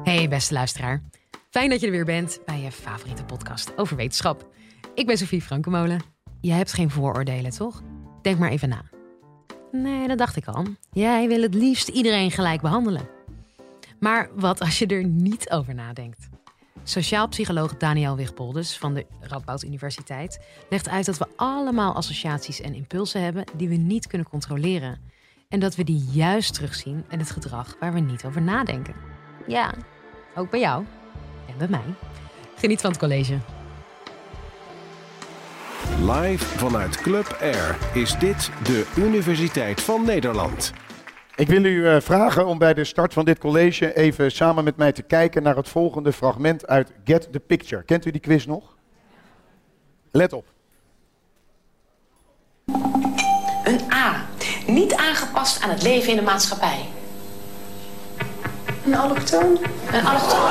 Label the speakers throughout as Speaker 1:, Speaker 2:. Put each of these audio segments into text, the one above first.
Speaker 1: Hey beste luisteraar. Fijn dat je er weer bent bij je favoriete podcast over wetenschap. Ik ben Sophie Frankenmolen. Je hebt geen vooroordelen, toch? Denk maar even na. Nee, dat dacht ik al. Jij wil het liefst iedereen gelijk behandelen. Maar wat als je er niet over nadenkt? Sociaal psycholoog Daniel Wichtboldus van de Radboud Universiteit legt uit dat we allemaal associaties en impulsen hebben die we niet kunnen controleren. En dat we die juist terugzien in het gedrag waar we niet over nadenken. Ja, ook bij jou en bij mij. Geniet van het college.
Speaker 2: Live vanuit Club Air is dit de Universiteit van Nederland.
Speaker 3: Ik wil u vragen om bij de start van dit college even samen met mij te kijken naar het volgende fragment uit Get the Picture. Kent u die quiz nog? Let op.
Speaker 4: Een A. Niet aangepast aan het leven in de maatschappij. Een allochtoon? Een allochtoon?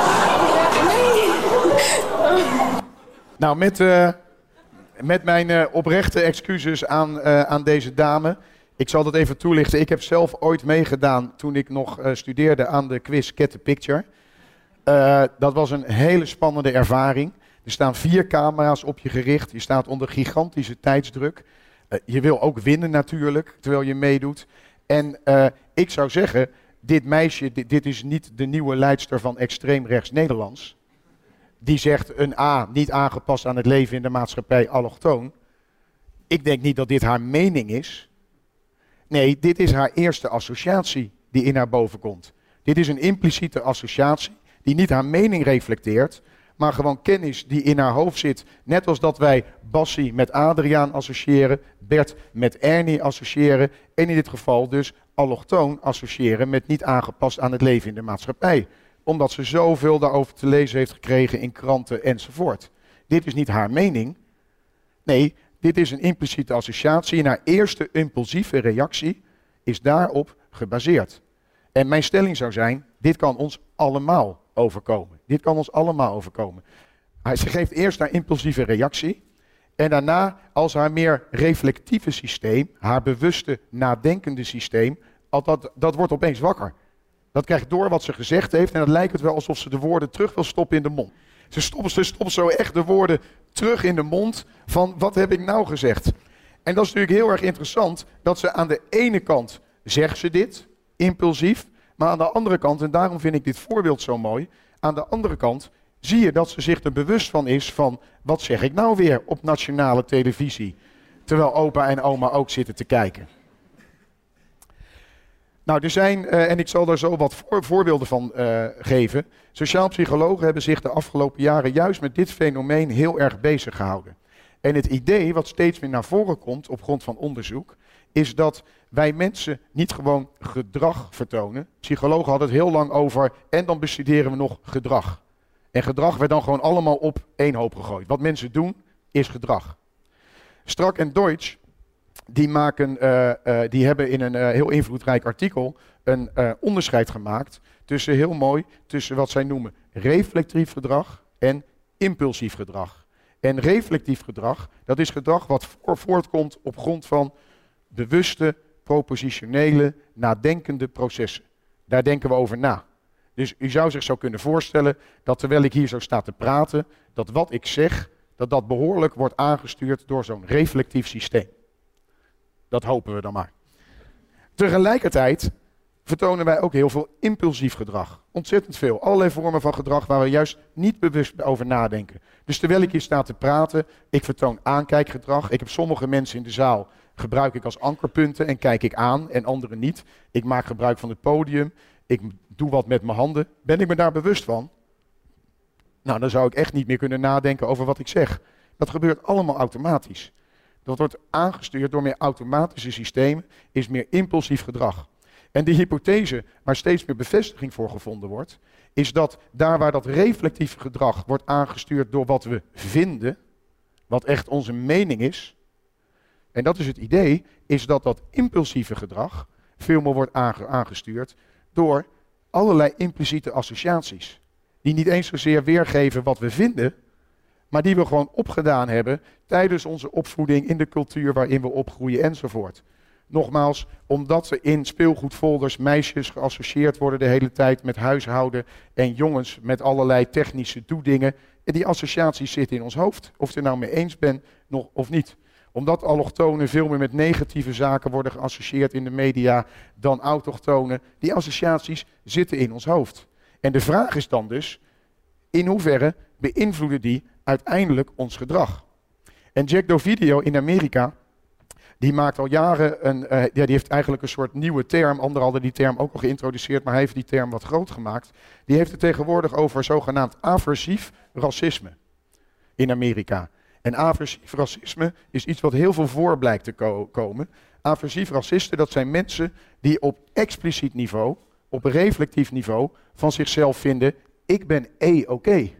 Speaker 4: Nee.
Speaker 3: Nou, met mijn oprechte excuses aan deze dame. Ik zal dat even toelichten. Ik heb zelf ooit meegedaan toen ik nog studeerde aan de quiz Get the Picture. Dat was een hele spannende ervaring. Er staan 4 camera's op je gericht. Je staat onder gigantische tijdsdruk. Je wil ook winnen natuurlijk, terwijl je meedoet. En ik zou zeggen, dit meisje, dit is niet de nieuwe leidster van extreem rechts Nederlands. Die zegt een A, niet aangepast aan het leven in de maatschappij, allochtoon. Ik denk niet dat dit haar mening is. Nee, dit is haar eerste associatie die in haar boven komt. Dit is een impliciete associatie die niet haar mening reflecteert, maar gewoon kennis die in haar hoofd zit. Net als dat wij Bassie met Adriaan associëren, Bert met Ernie associëren en in dit geval dus allochtoon associëren met niet aangepast aan het leven in de maatschappij. Omdat ze zoveel daarover te lezen heeft gekregen in kranten enzovoort. Dit is niet haar mening. Nee, dit is een impliciete associatie en haar eerste impulsieve reactie is daarop gebaseerd. En mijn stelling zou zijn, dit kan ons allemaal overkomen. Dit kan ons allemaal overkomen. Ze geeft eerst haar impulsieve reactie en daarna als haar meer reflectieve systeem, haar bewuste nadenkende systeem, dat wordt opeens wakker. Dat krijgt door wat ze gezegd heeft en het lijkt het wel alsof ze de woorden terug wil stoppen in de mond. Ze stopt zo echt de woorden terug in de mond van wat heb ik nou gezegd. En dat is natuurlijk heel erg interessant dat ze aan de ene kant zegt ze dit, impulsief, maar aan de andere kant, en daarom vind ik dit voorbeeld zo mooi, aan de andere kant zie je dat ze zich er bewust van is van wat zeg ik nou weer op nationale televisie, terwijl opa en oma ook zitten te kijken. Nou, er zijn, en ik zal daar zo wat voorbeelden van geven, sociaal psychologen hebben zich de afgelopen jaren juist met dit fenomeen heel erg bezig gehouden. En het idee wat steeds meer naar voren komt op grond van onderzoek, is dat wij mensen niet gewoon gedrag vertonen. Psychologen hadden het heel lang over en dan bestuderen we nog gedrag. En gedrag werd dan gewoon allemaal op één hoop gegooid. Wat mensen doen is gedrag. Strak en Deutsch, die hebben in een heel invloedrijk artikel een onderscheid gemaakt tussen wat zij noemen reflectief gedrag en impulsief gedrag. En reflectief gedrag, dat is gedrag wat voortkomt op grond van bewuste, propositionele, nadenkende processen. Daar denken we over na. Dus u zou zich zo kunnen voorstellen dat terwijl ik hier zo sta te praten, dat wat ik zeg, dat behoorlijk wordt aangestuurd door zo'n reflectief systeem. Dat hopen we dan maar. Tegelijkertijd vertonen wij ook heel veel impulsief gedrag. Ontzettend veel. Allerlei vormen van gedrag waar we juist niet bewust over nadenken. Dus terwijl ik hier sta te praten, ik vertoon aankijkgedrag. Ik heb sommige mensen in de zaal, gebruik ik als ankerpunten en kijk ik aan en anderen niet. Ik maak gebruik van het podium. Ik doe wat met mijn handen. Ben ik me daar bewust van? Nou, dan zou ik echt niet meer kunnen nadenken over wat ik zeg. Dat gebeurt allemaal automatisch. Dat wordt aangestuurd door meer automatische systemen, is meer impulsief gedrag. En de hypothese waar steeds meer bevestiging voor gevonden wordt, is dat daar waar dat reflectieve gedrag wordt aangestuurd door wat we vinden, wat echt onze mening is, en dat is het idee, is dat dat impulsieve gedrag veel meer wordt aangestuurd door allerlei impliciete associaties. Die niet eens zozeer weergeven wat we vinden, maar die we gewoon opgedaan hebben tijdens onze opvoeding in de cultuur waarin we opgroeien enzovoort. Nogmaals, omdat er in speelgoedfolders meisjes geassocieerd worden de hele tijd met huishouden en jongens met allerlei technische doedingen. En die associaties zitten in ons hoofd, of je het er nou mee eens bent nog of niet. Omdat allochtonen veel meer met negatieve zaken worden geassocieerd in de media dan autochtonen. Die associaties zitten in ons hoofd. En de vraag is dan dus, in hoeverre beïnvloeden die uiteindelijk ons gedrag? En Jack Dovidio in Amerika, die maakt al jaren die heeft eigenlijk een soort nieuwe term. Anderen hadden die term ook al geïntroduceerd, maar hij heeft die term wat groot gemaakt. Die heeft het tegenwoordig over zogenaamd aversief racisme in Amerika. En aversief racisme is iets wat heel veel voor blijkt te komen. Aversief racisten, dat zijn mensen die op expliciet niveau, op reflectief niveau, van zichzelf vinden, ik ben oké.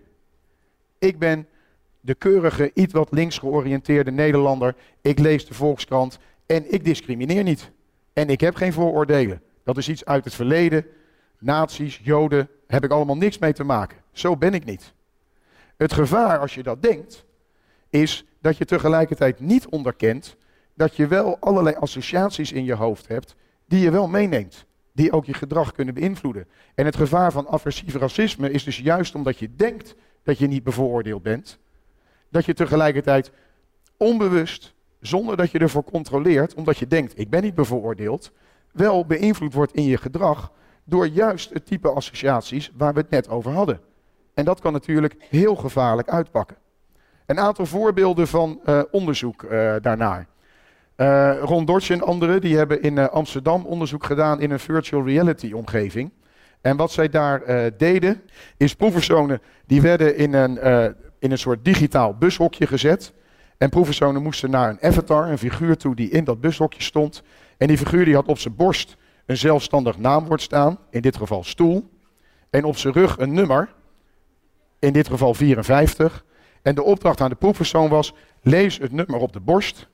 Speaker 3: Ik ben de keurige, iets wat links georiënteerde Nederlander. Ik lees de Volkskrant en ik discrimineer niet. En ik heb geen vooroordelen. Dat is iets uit het verleden. Nazi's, Joden, heb ik allemaal niks mee te maken. Zo ben ik niet. Het gevaar als je dat denkt, is dat je tegelijkertijd niet onderkent dat je wel allerlei associaties in je hoofd hebt die je wel meeneemt. Die ook je gedrag kunnen beïnvloeden. En het gevaar van aversief racisme is dus juist omdat je denkt dat je niet bevooroordeeld bent, dat je tegelijkertijd onbewust, zonder dat je ervoor controleert, omdat je denkt, ik ben niet bevooroordeeld, wel beïnvloed wordt in je gedrag door juist het type associaties waar we het net over hadden. En dat kan natuurlijk heel gevaarlijk uitpakken. Een aantal voorbeelden van onderzoek daarnaar. Ron Dodge en anderen die hebben in Amsterdam onderzoek gedaan in een virtual reality omgeving. En wat zij daar deden, is proefpersonen die werden in een soort digitaal bushokje gezet. En proefpersonen moesten naar een avatar, een figuur toe die in dat bushokje stond. En die figuur die had op zijn borst een zelfstandig naamwoord staan, in dit geval stoel. En op zijn rug een nummer, in dit geval 54. En de opdracht aan de proefpersoon was, lees het nummer op de borst,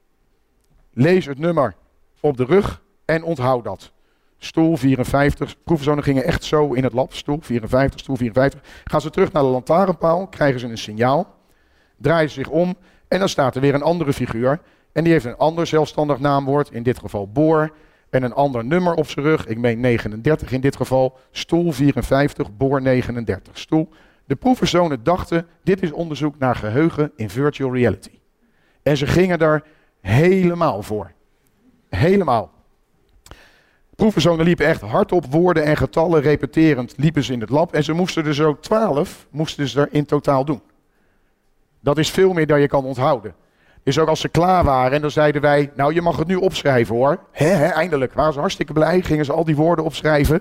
Speaker 3: lees het nummer op de rug en onthoud dat. Stoel 54, proefpersonen gingen echt zo in het lab, stoel 54, stoel 54. Gaan ze terug naar de lantaarnpaal, krijgen ze een signaal, draaien ze zich om en dan staat er weer een andere figuur. En die heeft een ander zelfstandig naamwoord, in dit geval boor, en een ander nummer op zijn rug, ik meen 39 in dit geval, stoel 54, boor 39, stoel. De proefpersonen dachten, dit is onderzoek naar geheugen in virtual reality. En ze gingen daar helemaal voor. Helemaal. Proefpersonen liepen echt hardop woorden en getallen repeterend liepen ze in het lab. En ze moesten er zo 12 moesten ze er in totaal doen. Dat is veel meer dan je kan onthouden. Dus ook als ze klaar waren en dan zeiden wij, nou je mag het nu opschrijven hoor. Eindelijk, waren ze hartstikke blij, gingen ze al die woorden opschrijven.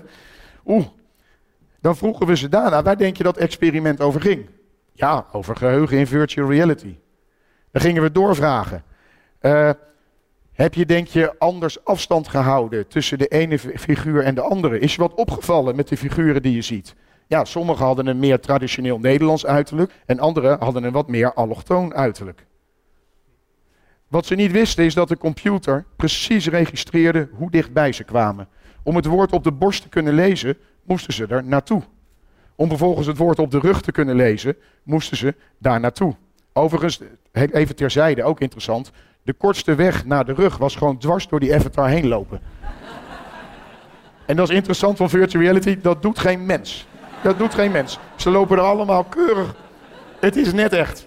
Speaker 3: Dan vroegen we ze daarna, waar denk je dat experiment over ging? Ja, over geheugen in virtual reality. Dan gingen we doorvragen. Heb je, denk je, anders afstand gehouden tussen de ene figuur en de andere? Is je wat opgevallen met de figuren die je ziet? Ja, sommigen hadden een meer traditioneel Nederlands uiterlijk en anderen hadden een wat meer allochtoon uiterlijk. Wat ze niet wisten is dat de computer precies registreerde hoe dichtbij ze kwamen. Om het woord op de borst te kunnen lezen, moesten ze er naartoe. Om vervolgens het woord op de rug te kunnen lezen, moesten ze daar naartoe. Overigens, even terzijde, ook interessant, de kortste weg naar de rug was gewoon dwars door die avatar heen lopen. En dat is interessant van virtual reality, dat doet geen mens. Dat doet geen mens. Ze lopen er allemaal keurig. Het is net echt.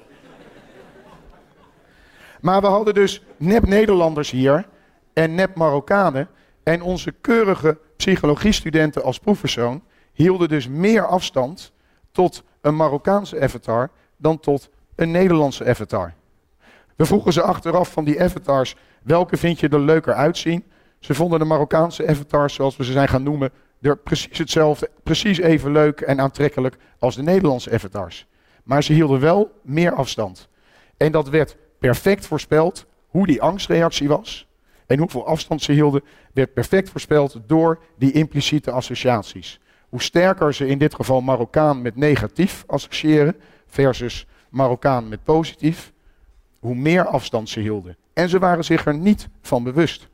Speaker 3: Maar we hadden dus nep-Nederlanders hier en nep-Marokkanen. En onze keurige psychologiestudenten als proefpersoon hielden dus meer afstand tot een Marokkaanse avatar dan tot een Nederlandse avatar. We vroegen ze achteraf van die avatars, welke vind je er leuker uitzien? Ze vonden de Marokkaanse avatars, zoals we ze zijn gaan noemen, er precies hetzelfde, precies even leuk en aantrekkelijk als de Nederlandse avatars. Maar ze hielden wel meer afstand. En dat werd perfect voorspeld, hoe die angstreactie was en hoeveel afstand ze hielden, werd perfect voorspeld door die impliciete associaties. Hoe sterker ze in dit geval Marokkaan met negatief associëren versus Marokkaan met positief, hoe meer afstand ze hielden. En ze waren zich er niet van bewust.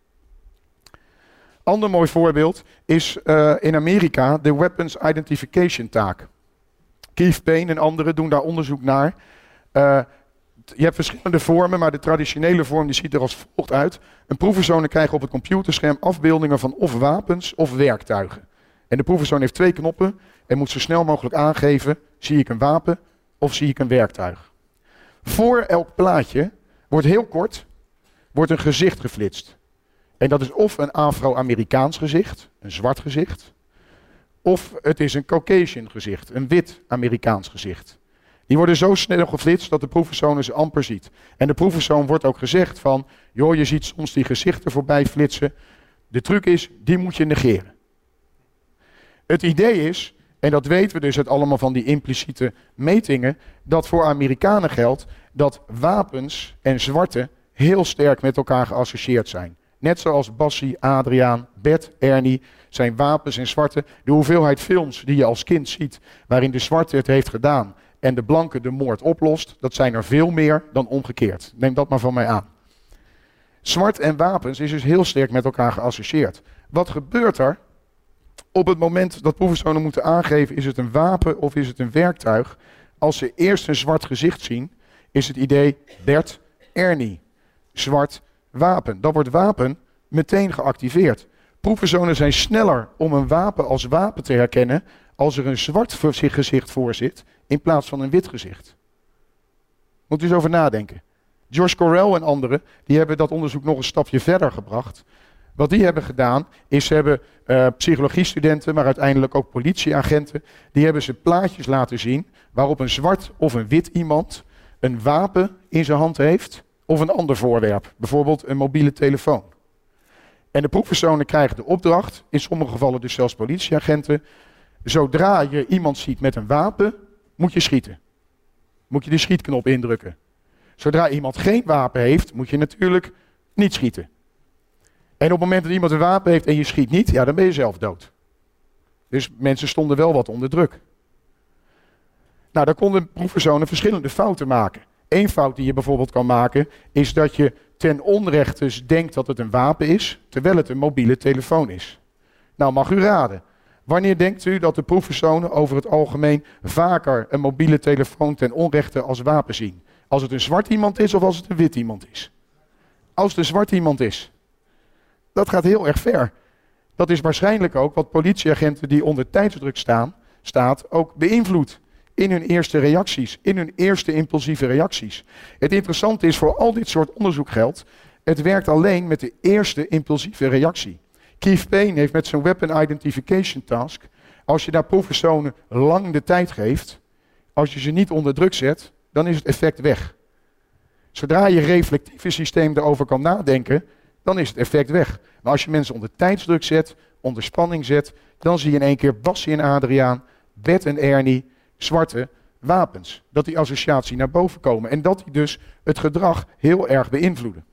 Speaker 3: Ander mooi voorbeeld is in Amerika de Weapons Identification taak. Keith Payne en anderen doen daar onderzoek naar. Je hebt verschillende vormen, maar de traditionele vorm die ziet er als volgt uit. Een proefpersoon krijgt op het computerscherm afbeeldingen van of wapens of werktuigen. En de proefpersoon heeft 2 knoppen en moet zo snel mogelijk aangeven, zie ik een wapen of zie ik een werktuig. Voor elk plaatje wordt heel kort een gezicht geflitst. En dat is of een Afro-Amerikaans gezicht, een zwart gezicht, of het is een Caucasian gezicht, een wit Amerikaans gezicht. Die worden zo snel geflitst dat de proefpersoon ze amper ziet. En de proefpersoon wordt ook gezegd van, joh, je ziet soms die gezichten voorbij flitsen. De truc is, die moet je negeren. Het idee is, en dat weten we dus uit allemaal van die impliciete metingen, dat voor Amerikanen geldt dat wapens en zwarte heel sterk met elkaar geassocieerd zijn. Net zoals Bassie, Adriaan, Bert, Ernie zijn wapens en zwarte. De hoeveelheid films die je als kind ziet waarin de zwarte het heeft gedaan en de blanke de moord oplost, dat zijn er veel meer dan omgekeerd. Neem dat maar van mij aan. Zwart en wapens is dus heel sterk met elkaar geassocieerd. Wat gebeurt er op het moment dat proefpersonen moeten aangeven, is het een wapen of is het een werktuig? Als ze eerst een zwart gezicht zien, is het idee Bert, Ernie, zwart, wapen. Dan wordt wapen meteen geactiveerd. Proefpersonen zijn sneller om een wapen als wapen te herkennen als er een zwart gezicht voor zit in plaats van een wit gezicht. Moet u eens over nadenken. George Correll en anderen die hebben dat onderzoek nog een stapje verder gebracht. Wat die hebben gedaan is ze hebben psychologiestudenten, maar uiteindelijk ook politieagenten, die hebben ze plaatjes laten zien waarop een zwart of een wit iemand een wapen in zijn hand heeft of een ander voorwerp, bijvoorbeeld een mobiele telefoon. En de proefpersonen krijgen de opdracht, in sommige gevallen dus zelfs politieagenten, zodra je iemand ziet met een wapen, moet je schieten. Moet je de schietknop indrukken. Zodra iemand geen wapen heeft, moet je natuurlijk niet schieten. En op het moment dat iemand een wapen heeft en je schiet niet, ja, dan ben je zelf dood. Dus mensen stonden wel wat onder druk. Nou, dan konden proefpersonen verschillende fouten maken. Eén fout die je bijvoorbeeld kan maken, is dat je ten onrechte denkt dat het een wapen is, terwijl het een mobiele telefoon is. Nou, mag u raden. Wanneer denkt u dat de proefpersonen over het algemeen vaker een mobiele telefoon ten onrechte als wapen zien? Als het een zwart iemand is of als het een wit iemand is? Als het een zwart iemand is. Dat gaat heel erg ver. Dat is waarschijnlijk ook wat politieagenten die onder tijdsdruk staat ook beïnvloedt. In hun eerste reacties, in hun eerste impulsieve reacties. Het interessante is, voor al dit soort onderzoek geldt, het werkt alleen met de eerste impulsieve reactie. Keith Payne heeft met zijn Weapon Identification Task, als je daar proefpersonen lang de tijd geeft, als je ze niet onder druk zet, dan is het effect weg. Zodra je reflectieve systeem erover kan nadenken, dan is het effect weg. Maar als je mensen onder tijdsdruk zet, onder spanning zet, dan zie je in één keer Bassie en Adriaan, Bert en Ernie, zwarte wapens. Dat die associatie naar boven komen. En dat die dus het gedrag heel erg beïnvloeden.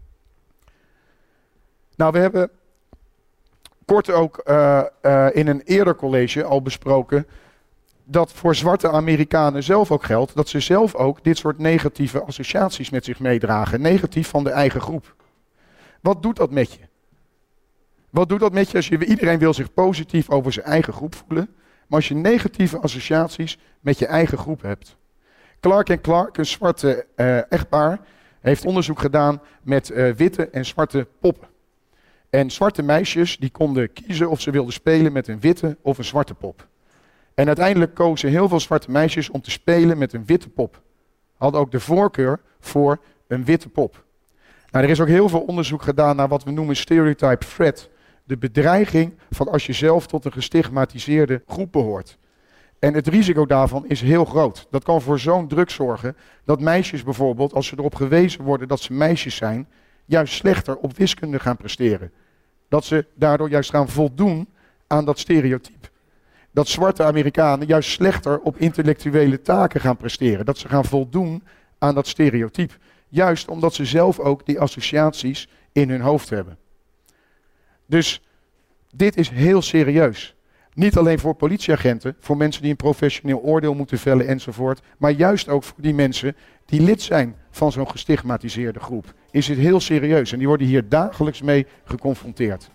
Speaker 3: Nou, we hebben kort ook in een eerder college al besproken dat voor zwarte Amerikanen zelf ook geldt dat ze zelf ook dit soort negatieve associaties met zich meedragen. Negatief van de eigen groep. Wat doet dat met je? Wat doet dat met je als iedereen wil zich positief over zijn eigen groep voelen, maar als je negatieve associaties met je eigen groep hebt? Clark en Clark, een zwarte echtpaar, heeft onderzoek gedaan met witte en zwarte poppen. En zwarte meisjes die konden kiezen of ze wilden spelen met een witte of een zwarte pop. En uiteindelijk kozen heel veel zwarte meisjes om te spelen met een witte pop. Hadden ook de voorkeur voor een witte pop. Nou, er is ook heel veel onderzoek gedaan naar wat we noemen stereotype threat. De bedreiging van als je zelf tot een gestigmatiseerde groep behoort. En het risico daarvan is heel groot. Dat kan voor zo'n druk zorgen dat meisjes bijvoorbeeld, als ze erop gewezen worden dat ze meisjes zijn, juist slechter op wiskunde gaan presteren. Dat ze daardoor juist gaan voldoen aan dat stereotype. Dat zwarte Amerikanen juist slechter op intellectuele taken gaan presteren. Dat ze gaan voldoen aan dat stereotype. Juist omdat ze zelf ook die associaties in hun hoofd hebben. Dus dit is heel serieus. Niet alleen voor politieagenten, voor mensen die een professioneel oordeel moeten vellen enzovoort. Maar juist ook voor die mensen die lid zijn van zo'n gestigmatiseerde groep. Is het heel serieus en die worden hier dagelijks mee geconfronteerd.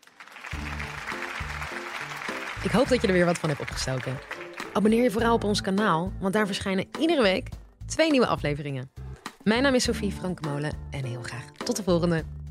Speaker 1: Ik hoop dat je er weer wat van hebt opgestoken. Abonneer je vooral op ons kanaal, want daar verschijnen iedere week 2 nieuwe afleveringen. Mijn naam is Sophie Frankemolen en heel graag tot de volgende.